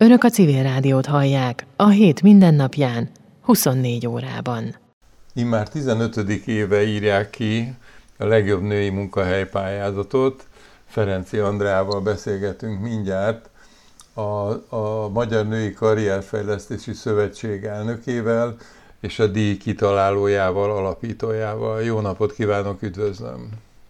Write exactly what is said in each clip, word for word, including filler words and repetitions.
Önök a Civil Rádiót hallják, a hét mindennapján, huszonnégy órában. Immár tizenötödik éve írják ki a legjobb női munkahely pályázatot. Ferenczy Andreával beszélgetünk mindjárt, a, a Magyar Női Karrierfejlesztési Szövetség elnökével és a díj kitalálójával, alapítójával. Jó napot kívánok, üdvözlöm!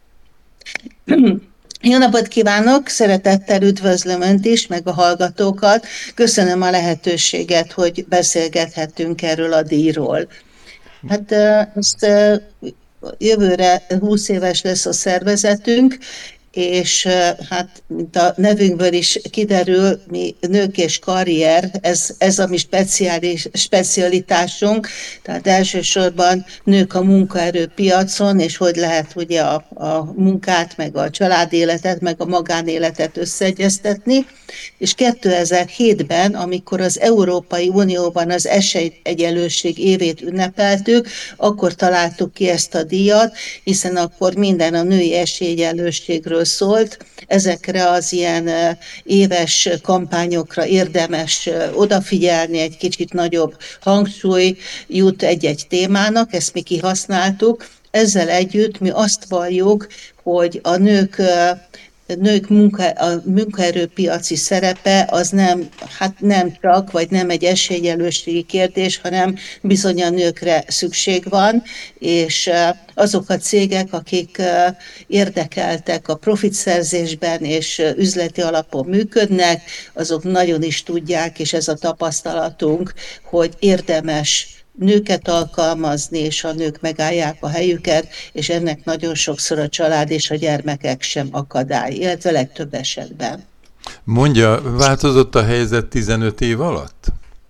Jó napot kívánok, szeretettel üdvözlöm Önt is, meg a hallgatókat. Köszönöm a lehetőséget, hogy beszélgethetünk erről a díjról. Hát ezt jövőre húsz éves lesz a szervezetünk, és hát, mint a nevünkből is kiderül, mi nők és karrier, ez, ez a mi speciális, specialitásunk, tehát elsősorban nők a munkaerőpiacon, és hogy lehet ugye a, a munkát, meg a családéletet, meg a magánéletet összeegyeztetni, és kétezer-hétben, amikor az Európai Unióban az esélyegyenlőség évét ünnepeltük, akkor találtuk ki ezt a díjat, hiszen akkor minden a női esélyegyenlőségről szólt. Ezekre az ilyen éves kampányokra érdemes odafigyelni, egy kicsit nagyobb hangsúly jut egy-egy témának, ezt mi kihasználtuk. Ezzel együtt mi azt valljuk, hogy a nők nők munka, a munkaerőpiaci szerepe az nem, hát nem csak, vagy nem egy esélyegyenlőségi kérdés, hanem bizony a nőkre szükség van, és azok a cégek, akik érdekeltek a profitszerzésben és üzleti alapon működnek, azok nagyon is tudják, és ez a tapasztalatunk, hogy érdemes nőket alkalmazni, és a nők megállják a helyüket, és ennek nagyon sokszor a család és a gyermekek sem akadály, illetve legtöbb esetben. Mondja, változott a helyzet tizenöt év alatt?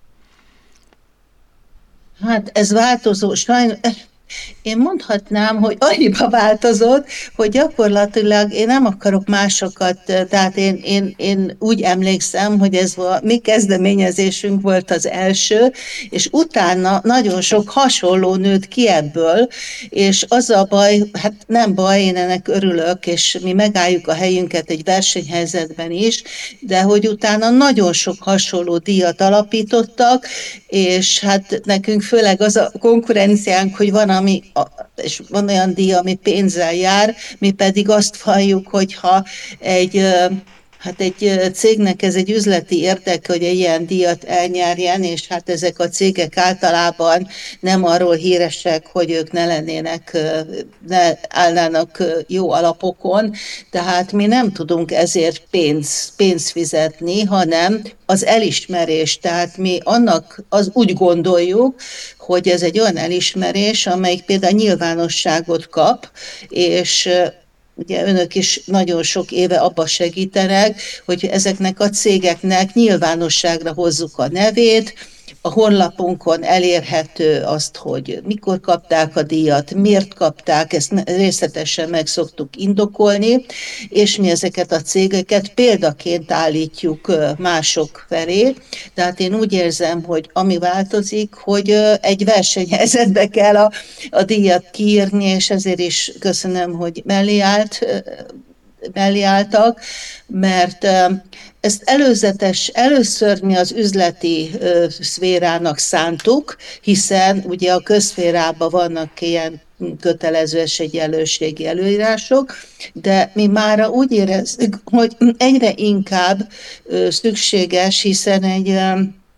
Hát ez változó, sajnos... Én mondhatnám, hogy annyiba változott, hogy gyakorlatilag én nem akarok másokat, tehát én, én, én úgy emlékszem, hogy ez a mi kezdeményezésünk volt az első, és utána nagyon sok hasonló nőtt ki ebből, és az a baj, hát nem baj, én ennek örülök, és mi megálljuk a helyünket egy versenyhelyzetben is, de hogy utána nagyon sok hasonló díjat alapítottak, és hát nekünk főleg az a konkurenciánk, hogy van, ami, és van olyan díj, ami pénzzel jár, mi pedig azt valljuk, hogyha egy, hát egy cégnek ez egy üzleti érdek, hogy egy ilyen díjat elnyerjen, és hát ezek a cégek általában nem arról híresek, hogy ők ne lennének, ne állnának jó alapokon, tehát mi nem tudunk ezért pénz, pénzt fizetni, hanem az elismerés, tehát mi annak az úgy gondoljuk, hogy ez egy olyan elismerés, amelyik például nyilvánosságot kap, és ugye önök is nagyon sok éve abba segítenek, hogy ezeknek a cégeknek nyilvánosságra hozzuk a nevét, a honlapunkon elérhető azt, hogy mikor kapták a díjat, miért kapták, ezt részletesen meg szoktuk indokolni, és mi ezeket a cégeket példaként állítjuk mások felé. Tehát én úgy érzem, hogy ami változik, hogy egy versenyhelyzetbe kell a, a díjat kiírni, és ezért is köszönöm, hogy mellé állt, mellé álltak, mert ezt előzetes, először mi az üzleti ö, szférának szántuk, hiszen ugye a közszférában vannak ilyen kötelező esélyegyenlőségi előírások, de mi mára úgy érezzük, hogy egyre inkább ö, szükséges, hiszen egy ö,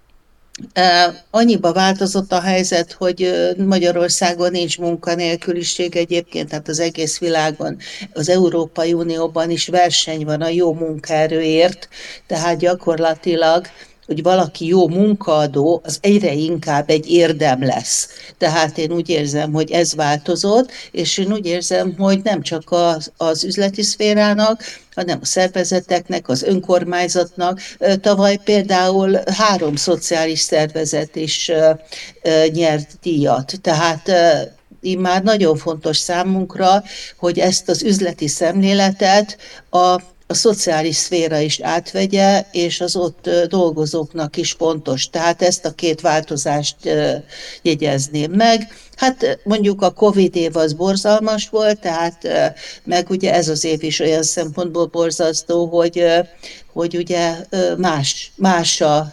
annyiba változott a helyzet, hogy Magyarországon nincs munkanélküliség egyébként, tehát az egész világon, az Európai Unióban is verseny van a jó munkaerőért, tehát gyakorlatilag hogy valaki jó munkaadó, az egyre inkább egy érdem lesz. Tehát én úgy érzem, hogy ez változott, és én úgy érzem, hogy nem csak az, az üzleti szférának, hanem a szervezeteknek, az önkormányzatnak. Tavaly például három szociális szervezet is nyert díjat. Tehát immár nagyon fontos számunkra, hogy ezt az üzleti szemléletet a a szociális szféra is átvegye, és az ott dolgozóknak is fontos. Tehát ezt a két változást jegyezném meg. Hát mondjuk a Covid év az borzalmas volt, tehát meg ugye ez az év is olyan szempontból borzasztó, hogy, hogy ugye más, más, a,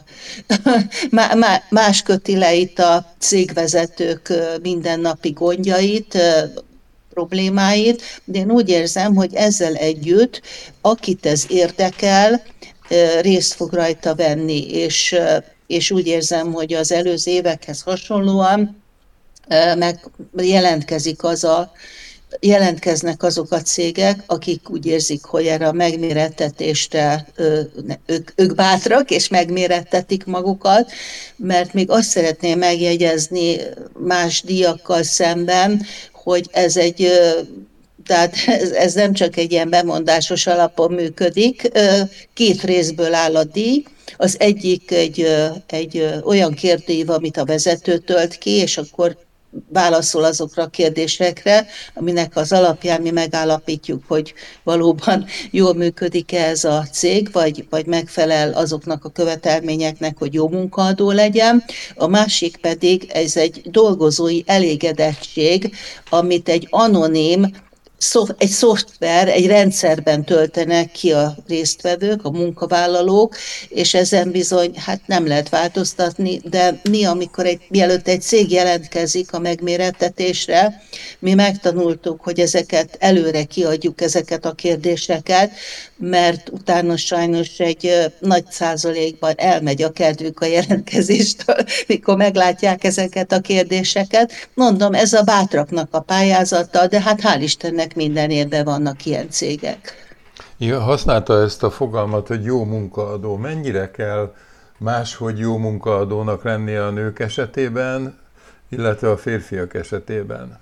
más köti le itt a cégvezetők mindennapi gondjait, problémáit, de én úgy érzem, hogy ezzel együtt, akit ez érdekel, részt fog rajta venni, és, és úgy érzem, hogy az előző évekhez hasonlóan meg jelentkezik az a, jelentkeznek azok a cégek, akik úgy érzik, hogy erre a megmérettetésre ők, ők bátrak, és megmérettetik magukat, mert még azt szeretném megjegyezni más díjakkal szemben, hogy ez egy, tehát ez, ez nem csak egy ilyen bemondásos alapon működik, két részből áll a díj. Az egyik egy, egy olyan kérdőív, amit a vezető tölt ki, és akkor válaszol azokra a kérdésekre, aminek az alapján mi megállapítjuk, hogy valóban jól működik-e ez a cég, vagy, vagy megfelel azoknak a követelményeknek, hogy jó munkaadó legyen. A másik pedig ez egy dolgozói elégedettség, amit egy anonim, egy szoftver, egy rendszerben töltenek ki a résztvevők, a munkavállalók, és ezen bizony hát nem lehet változtatni, de mi, amikor egy, mielőtt egy cég jelentkezik a megmérettetésre, mi megtanultuk, hogy ezeket előre kiadjuk, ezeket a kérdéseket, mert utána sajnos egy nagy százalékban elmegy a kedvük a jelentkezéstől, mikor meglátják ezeket a kérdéseket. Mondom, ez a bátraknak a pályázata, de hát hál' Istennek minden évben vannak ilyen cégek. Ja, használta ezt a fogalmat, hogy jó munkaadó. Mennyire kell máshogy jó munkaadónak lennie a nők esetében, illetve a férfiak esetében?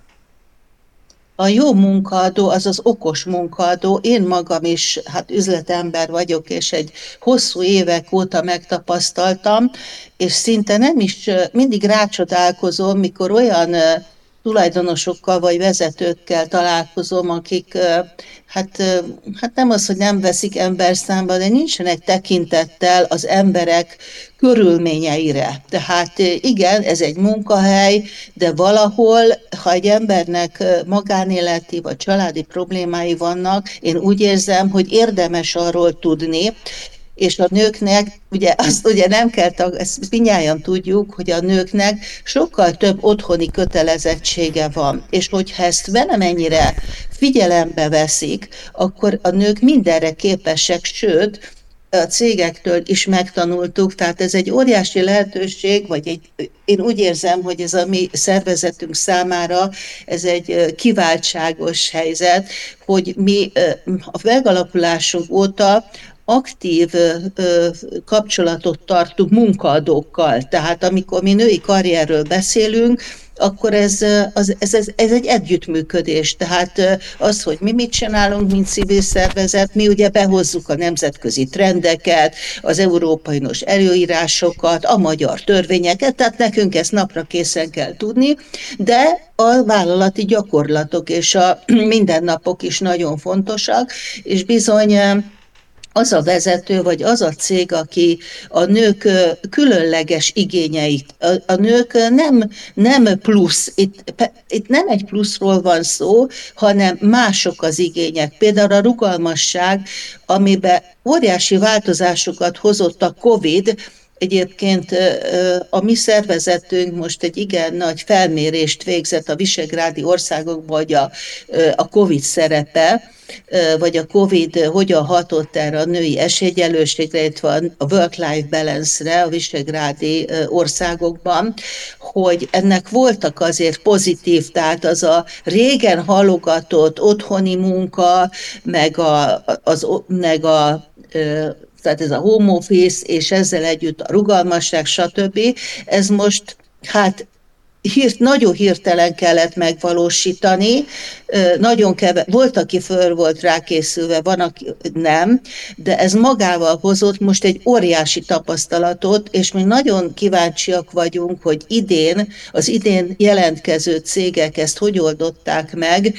A jó munkaadó az az okos munkaadó. Én magam is hát üzletember vagyok, és egy hosszú évek óta megtapasztaltam, és szinte nem is mindig rácsodálkozom, mikor olyan tulajdonosokkal vagy vezetőkkel találkozom, akik hát, hát nem az, hogy nem veszik emberszámba, de nincsenek tekintettel az emberek körülményeire. Tehát igen, ez egy munkahely, de valahol, ha egy embernek magánéleti vagy családi problémái vannak, én úgy érzem, hogy érdemes arról tudni, és a nőknek, ugye azt ugye nem kell, tag, ezt mindnyájan tudjuk, hogy a nőknek sokkal több otthoni kötelezettsége van, és hogyha ezt valamennyire figyelembe veszik, akkor a nők mindenre képesek, sőt, a cégektől is megtanultuk, tehát ez egy óriási lehetőség, vagy egy, én úgy érzem, hogy ez a mi szervezetünk számára ez egy kiváltságos helyzet, hogy mi a megalakulásunk óta aktív ö, kapcsolatot tartunk munkaadókkal. Tehát amikor mi női karrierről beszélünk, akkor ez, az, ez, ez, ez egy együttműködés. Tehát az, hogy mi mit csinálunk, mint civil szervezet, mi ugye behozzuk a nemzetközi trendeket, az európai uniós előírásokat, a magyar törvényeket, tehát nekünk ezt napra készen kell tudni, de a vállalati gyakorlatok és a mindennapok is nagyon fontosak, és bizony az a vezető, vagy az a cég, aki a nők különleges igényeit, a, a nők nem, nem plusz, itt, itt nem egy pluszról van szó, hanem mások az igények. Például a rugalmasság, amiben óriási változásokat hozott a Covid. Egyébként a mi szervezetünk most egy igen nagy felmérést végzett a visegrádi országokban, hogy a, a Covid szerepe, vagy a Covid hogyan hatott erre a női esélyegyenlőségre, illetve a work-life balance-re a visegrádi országokban, hogy ennek voltak azért pozitív, tehát az a régen halogatott otthoni munka, meg a, az, meg a tehát ez a home office, és ezzel együtt a rugalmasság, stb. Ez most hát hírt, nagyon hirtelen kellett megvalósítani, nagyon keve, volt, aki föl volt rákészülve, van, aki nem, de ez magával hozott most egy óriási tapasztalatot, és mi nagyon kíváncsiak vagyunk, hogy idén, az idén jelentkező cégek ezt hogy oldották meg,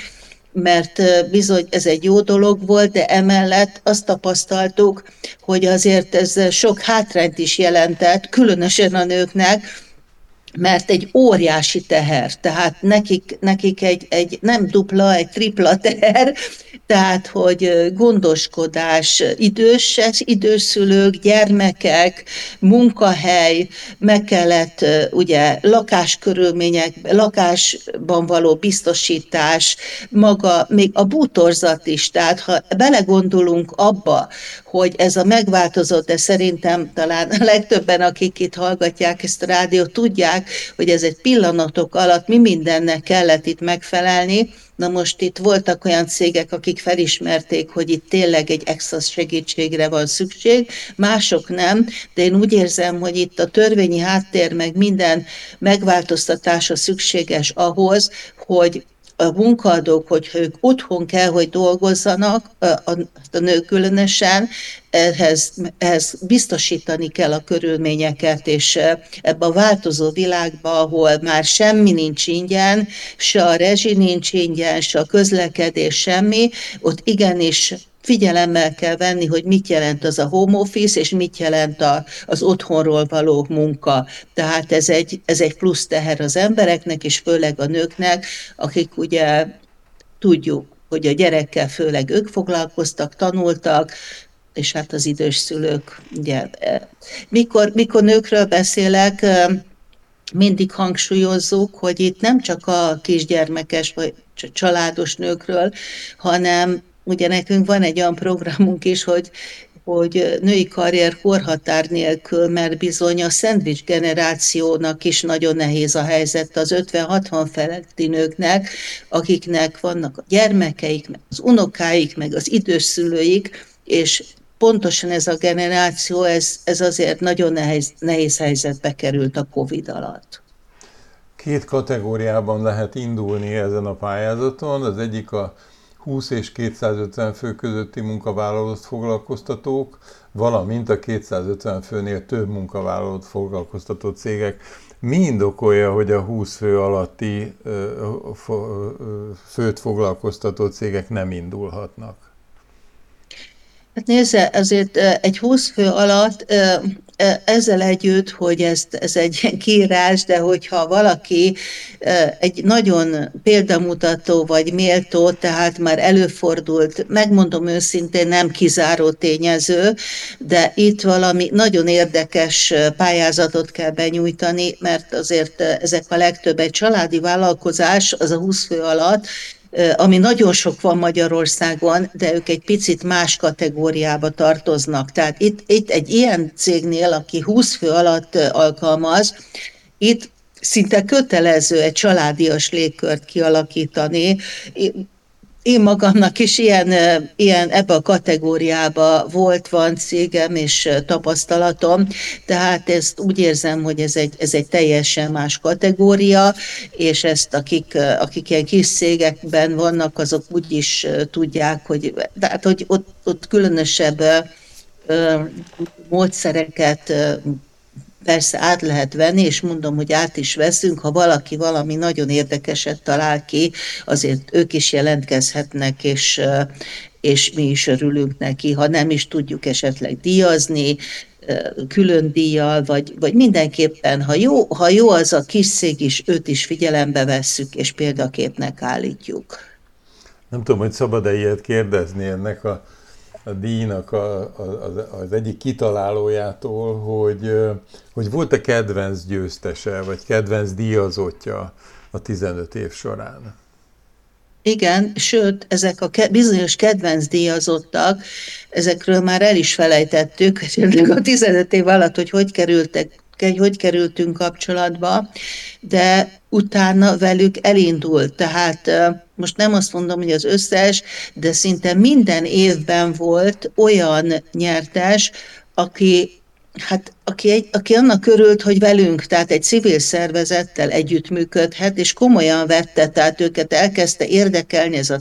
mert bizony ez egy jó dolog volt, de emellett azt tapasztaltuk, hogy azért ez sok hátrányt is jelentett, különösen a nőknek, mert egy óriási teher, tehát nekik, nekik egy, egy nem dupla, egy tripla teher, tehát hogy gondoskodás, idős, időszülők, gyermekek, munkahely, meg kellett ugye lakáskörülmények, lakásban való biztosítás, maga, még a bútorzat is, tehát ha belegondolunk abba, hogy ez a megváltozott, de szerintem talán a legtöbben, akik itt hallgatják ezt a rádiót, tudják, hogy ez egy pillanatok alatt mi mindennek kellett itt megfelelni. Na most itt voltak olyan cégek, akik felismerték, hogy itt tényleg egy extra segítségre van szükség, mások nem, de én úgy érzem, hogy itt a törvényi háttér meg minden megváltoztatása szükséges ahhoz, hogy a munkaadók, hogyha ők otthon kell, hogy dolgozzanak, a, a, a nők különösen, ehhez, ehhez biztosítani kell a körülményeket, és ebbe a változó világba, ahol már semmi nincs ingyen, se a rezsi nincs ingyen, se a közlekedés, semmi, ott igenis figyelemmel kell venni, hogy mit jelent az a home office, és mit jelent a, az otthonról való munka. Tehát ez egy, ez egy plusz teher az embereknek, és főleg a nőknek, akik ugye tudjuk, hogy a gyerekkel főleg ők foglalkoztak, tanultak, és hát az idős szülők, ugye, mikor, mikor nőkről beszélek, mindig hangsúlyozzuk, hogy itt nem csak a kisgyermekes vagy családos nőkről, hanem ugye nekünk van egy olyan programunk is, hogy, hogy női karrier korhatár nélkül, mert bizony a szendvics generációnak is nagyon nehéz a helyzet az ötven-hatvan feletti nőknek, akiknek vannak a gyermekeik, meg az unokáik, meg az idős szülőik, és pontosan ez a generáció, ez, ez azért nagyon nehéz, nehéz helyzetbe került a Covid alatt. Két kategóriában lehet indulni ezen a pályázaton. Az egyik a húsz és kétszázötven fő közötti munkavállalót foglalkoztatók, valamint a kétszázötven főnél több munkavállalót foglalkoztató cégek. Mi indokolja, hogy a húsz fő alatti főt foglalkoztató cégek nem indulhatnak? Hát nézze, azért egy húsz fő alatt ezzel együtt, hogy ezt, ez egy kiírás, de hogyha valaki egy nagyon példamutató vagy méltó, tehát már előfordult, megmondom őszintén, nem kizáró tényező, de itt valami nagyon érdekes pályázatot kell benyújtani, mert azért ezek a legtöbb egy családi vállalkozás, az a húsz fő alatt, ami nagyon sok van Magyarországon, de ők egy picit más kategóriába tartoznak. Tehát itt, itt egy ilyen cégnél, aki húsz fő alatt alkalmaz, itt szinte kötelező egy családias légkört kialakítani. Én magamnak is ilyen, ilyen ebbe a kategóriába volt, van cégem és tapasztalatom, tehát ezt úgy érzem, hogy ez egy, ez egy teljesen más kategória, és ezt akik, akik ilyen kis cégekben vannak, azok úgy is tudják, hogy, tehát, hogy ott, ott különösebb módszereket persze át lehet venni, és mondom, hogy át is veszünk, ha valaki valami nagyon érdekeset talál ki, azért ők is jelentkezhetnek, és, és mi is örülünk neki, ha nem is tudjuk esetleg díjazni, külön díjjal, vagy, vagy mindenképpen, ha jó, ha jó az a kis cég is, őt is figyelembe vesszük, és példaképnek állítjuk. Nem tudom, hogy szabad-e ilyet kérdezni ennek a a díjnak a, a, az egyik kitalálójától, hogy, hogy volt-e kedvenc győztese, vagy kedvenc díjazottja a tizenöt év során? Igen, sőt, ezek a bizonyos kedvenc díjazottak, ezekről már el is felejtettük, a tizenöt év alatt, hogy hogy kerültek, hogy kerültünk kapcsolatba, de utána velük elindult. Tehát most nem azt mondom, hogy az összes, de szinte minden évben volt olyan nyertes, aki, hát, aki, egy, aki annak örült, hogy velünk, tehát egy civil szervezettel együttműködhet, és komolyan vette, tehát őket elkezdte érdekelni ez a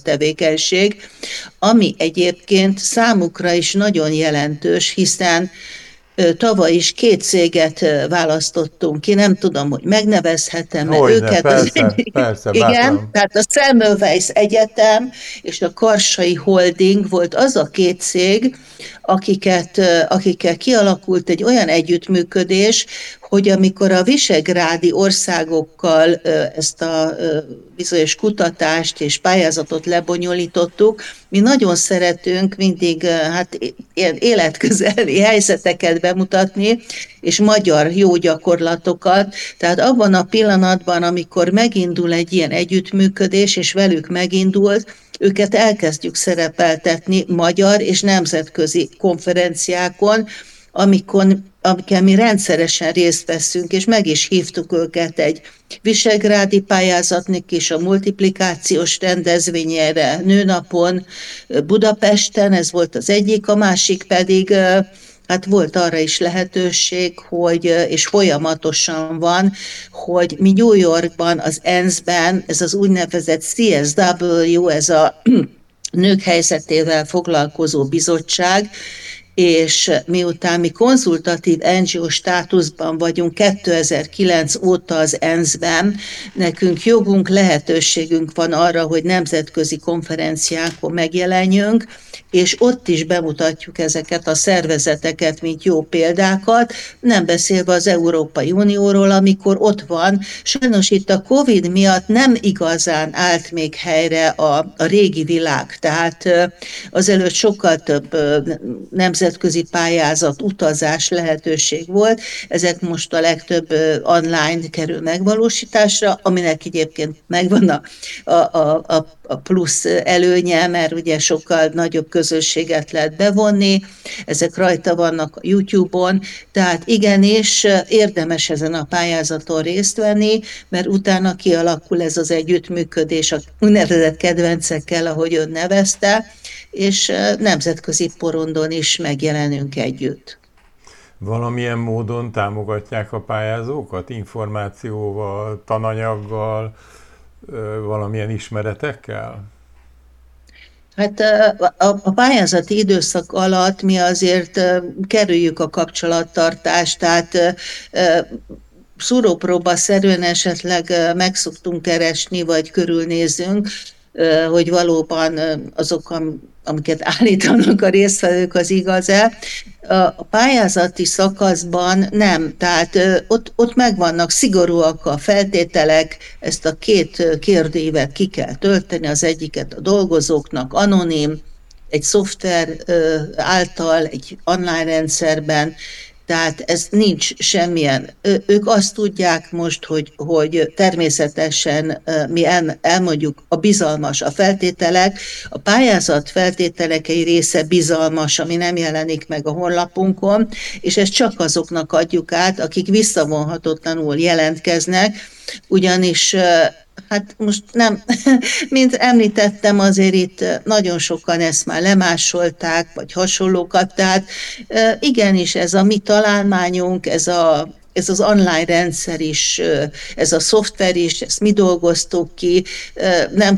tevékenység, ami egyébként számukra is nagyon jelentős, hiszen tavaly is két céget választottunk ki, nem tudom, hogy megnevezhetem-e Hogyne, őket. persze, persze, Igen, bátran. tehát a Semmelweis Egyetem és a Karsai Holding volt az a két cég, akiket, akikkel kialakult egy olyan együttműködés, hogy amikor a visegrádi országokkal ezt a bizonyos kutatást és pályázatot lebonyolítottuk, mi nagyon szeretünk mindig hát ilyen életközeli helyzeteket bemutatni, és magyar jó gyakorlatokat. Tehát abban a pillanatban, amikor megindul egy ilyen együttműködés, és velük megindult, őket elkezdjük szerepeltetni magyar és nemzetközi konferenciákon, amikor, amikkel mi rendszeresen részt veszünk, és meg is hívtuk őket egy visegrádi pályázatnak és a multiplikációs rendezvényére nőnapon Budapesten, ez volt az egyik, a másik pedig hát volt arra is lehetőség, hogy, és folyamatosan van, hogy mi New Yorkban, az e en es ben, ez az úgynevezett cé es dupla vé, ez a nők helyzetével foglalkozó bizottság, és miután mi konzultatív en gé o státuszban vagyunk kétezer-kilenc óta az e en es ben, nekünk jogunk, lehetőségünk van arra, hogy nemzetközi konferenciákon megjelenjünk, és ott is bemutatjuk ezeket a szervezeteket, mint jó példákat, nem beszélve az Európai Unióról, amikor ott van. Sajnos itt a Covid miatt nem igazán állt még helyre a, a régi világ, tehát azelőtt sokkal több nemzetközi pályázat, utazás lehetőség volt, ezek most a legtöbb online kerül megvalósításra, aminek egyébként megvan a, a, a, a plusz előnye, mert ugye sokkal nagyobb közösséget lehet bevonni, ezek rajta vannak a YouTube-on, tehát igenis érdemes ezen a pályázaton részt venni, mert utána kialakul ez az együttműködés a úgynevezett kedvencekkel, ahogy ön nevezte, és nemzetközi porondon is megjelenünk együtt. Valamilyen módon támogatják a pályázókat? Információval, tananyaggal, valamilyen ismeretekkel? Hát a pályázati időszak alatt mi azért kerüljük a kapcsolattartást, tehát szúrópróba-szerűen esetleg meg szoktunk keresni, vagy körülnézünk, hogy valóban azok, amiket állítanak a résztvevők, az igaz-e. A pályázati szakaszban nem, tehát ott, ott megvannak szigorúak a feltételek, ezt a két kérdőívet ki kell tölteni, az egyiket a dolgozóknak anonim, egy szoftver által, egy online rendszerben, tehát ez nincs semmilyen. Ők azt tudják most, hogy, hogy természetesen mi el, elmondjuk a bizalmas, a feltételek, a pályázat feltételek egy része bizalmas, ami nem jelenik meg a honlapunkon, és ezt csak azoknak adjuk át, akik visszavonhatatlanul jelentkeznek, ugyanis hát most nem, mint említettem, azért itt nagyon sokan ezt már lemásolták, vagy hasonlókat, tehát igenis ez a mi találmányunk, ez a ez az online rendszer is, ez a szoftver is, ezt mi dolgoztuk ki, nem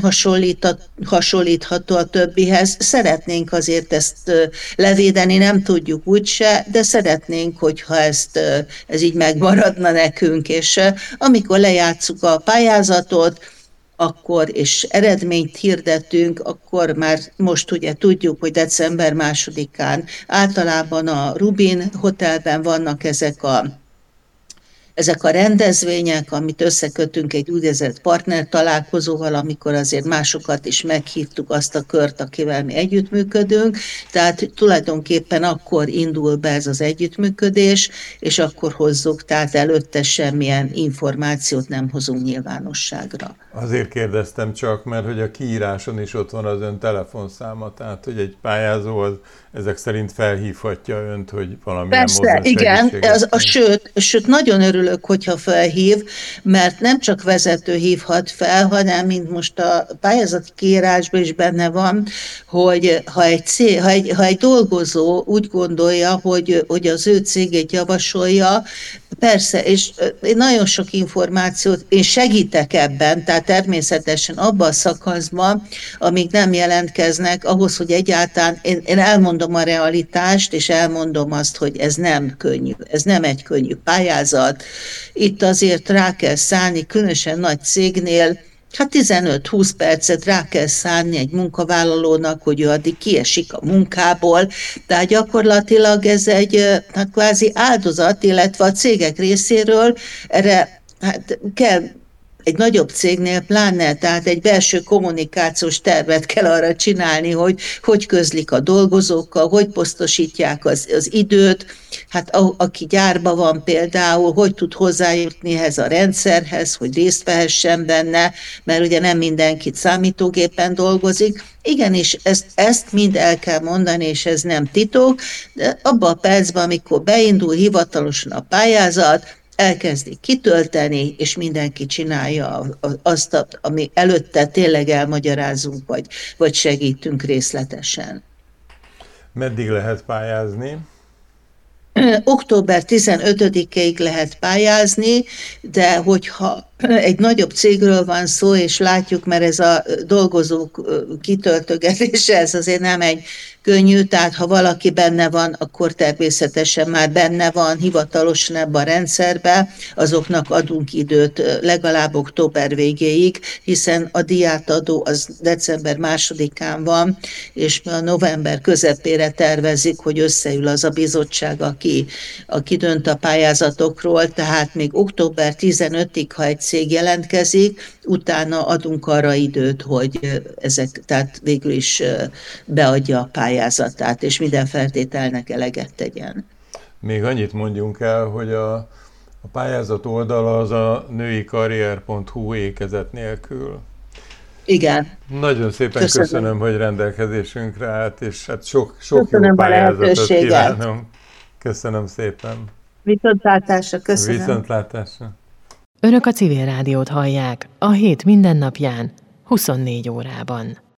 hasonlítható a többihez. Szeretnénk azért ezt levédeni, nem tudjuk úgyse, de szeretnénk, hogyha ezt, ez így megmaradna nekünk, és amikor lejátszuk a pályázatot, akkor, és eredményt hirdetünk, akkor már most ugye tudjuk, hogy december másodikán általában a Rubin Hotelben vannak ezek a Ezek a rendezvények, amit összekötünk egy úgynevezett partner találkozóval, amikor azért másokat is meghívtuk, azt a kört, akivel mi együttműködünk, tehát tulajdonképpen akkor indul be ez az együttműködés, és akkor hozzuk, tehát előtte semmilyen információt nem hozunk nyilvánosságra. Azért kérdeztem csak, mert hogy a kiíráson is ott van az ön telefonszáma, tehát hogy egy pályázó az ezek szerint felhívhatja önt, hogy valamilyen Persze, igen, az, a, sőt, sőt, nagyon örülök, hogyha felhív, mert nem csak vezető hívhat fel, hanem, mint most a pályázati kiírásban is benne van, hogy ha egy, cég, ha egy, ha egy dolgozó úgy gondolja, hogy, hogy az ő cégét javasolja, Persze, és én nagyon sok információt, én segítek ebben, tehát természetesen abban a szakaszban, amíg nem jelentkeznek, ahhoz, hogy egyáltalán én, én elmondom a realitást, és elmondom azt, hogy ez nem könnyű, ez nem egy könnyű pályázat. Itt azért rá kell szállni, különösen nagy cégnél, hát tizenöt-húsz percet rá kell szánni egy munkavállalónak, hogy ő addig kiesik a munkából, tehát gyakorlatilag ez egy hát kvázi áldozat, illetve a cégek részéről erre hát kell egy nagyobb cégnél pláne, tehát egy belső kommunikációs tervet kell arra csinálni, hogy hogy közlik a dolgozókkal, hogy posztosítják az, az időt, hát a, aki gyárban van például, hogy tud hozzájutni ehhez a rendszerhez, hogy részt vehessen benne, mert ugye nem mindenki számítógépen dolgozik. Igenis, ezt, ezt mind el kell mondani, és ez nem titok, de abban a percben, amikor beindul hivatalosan a pályázat, elkezdik kitölteni, és mindenki csinálja azt, ami előtte tényleg elmagyarázunk, vagy, vagy segítünk részletesen. Meddig lehet pályázni? október tizenötödikéig lehet pályázni, de hogyha egy nagyobb cégről van szó, és látjuk, mert ez a dolgozók kitöltögetése, ez azért nem egy könnyű, tehát ha valaki benne van, akkor természetesen már benne van, hivatalosan ebben a rendszerben, azoknak adunk időt legalább október végéig, hiszen a díjátadó az december másodikán van, és a november közepére tervezik, hogy összeül az a bizottság, aki, aki dönt a pályázatokról, tehát még október tizenötödikéig, ha egy cég jelentkezik, utána adunk arra időt, hogy ezek, tehát végül is beadja a pályázatát, és minden feltételnek eleget tegyen. Még annyit mondjunk el, hogy a, a pályázat oldala az a nőikarrier pont hu ékezet nélkül. Igen. Nagyon szépen köszönöm, köszönöm hogy rendelkezésünkre állt, és hát sok, sok köszönöm jó pályázatot kívánom. Köszönöm szépen. Viszontlátásra, köszönöm. Viszontlátásra. Önök a Civil Rádiót hallják a hét mindennapján, huszonnégy órában.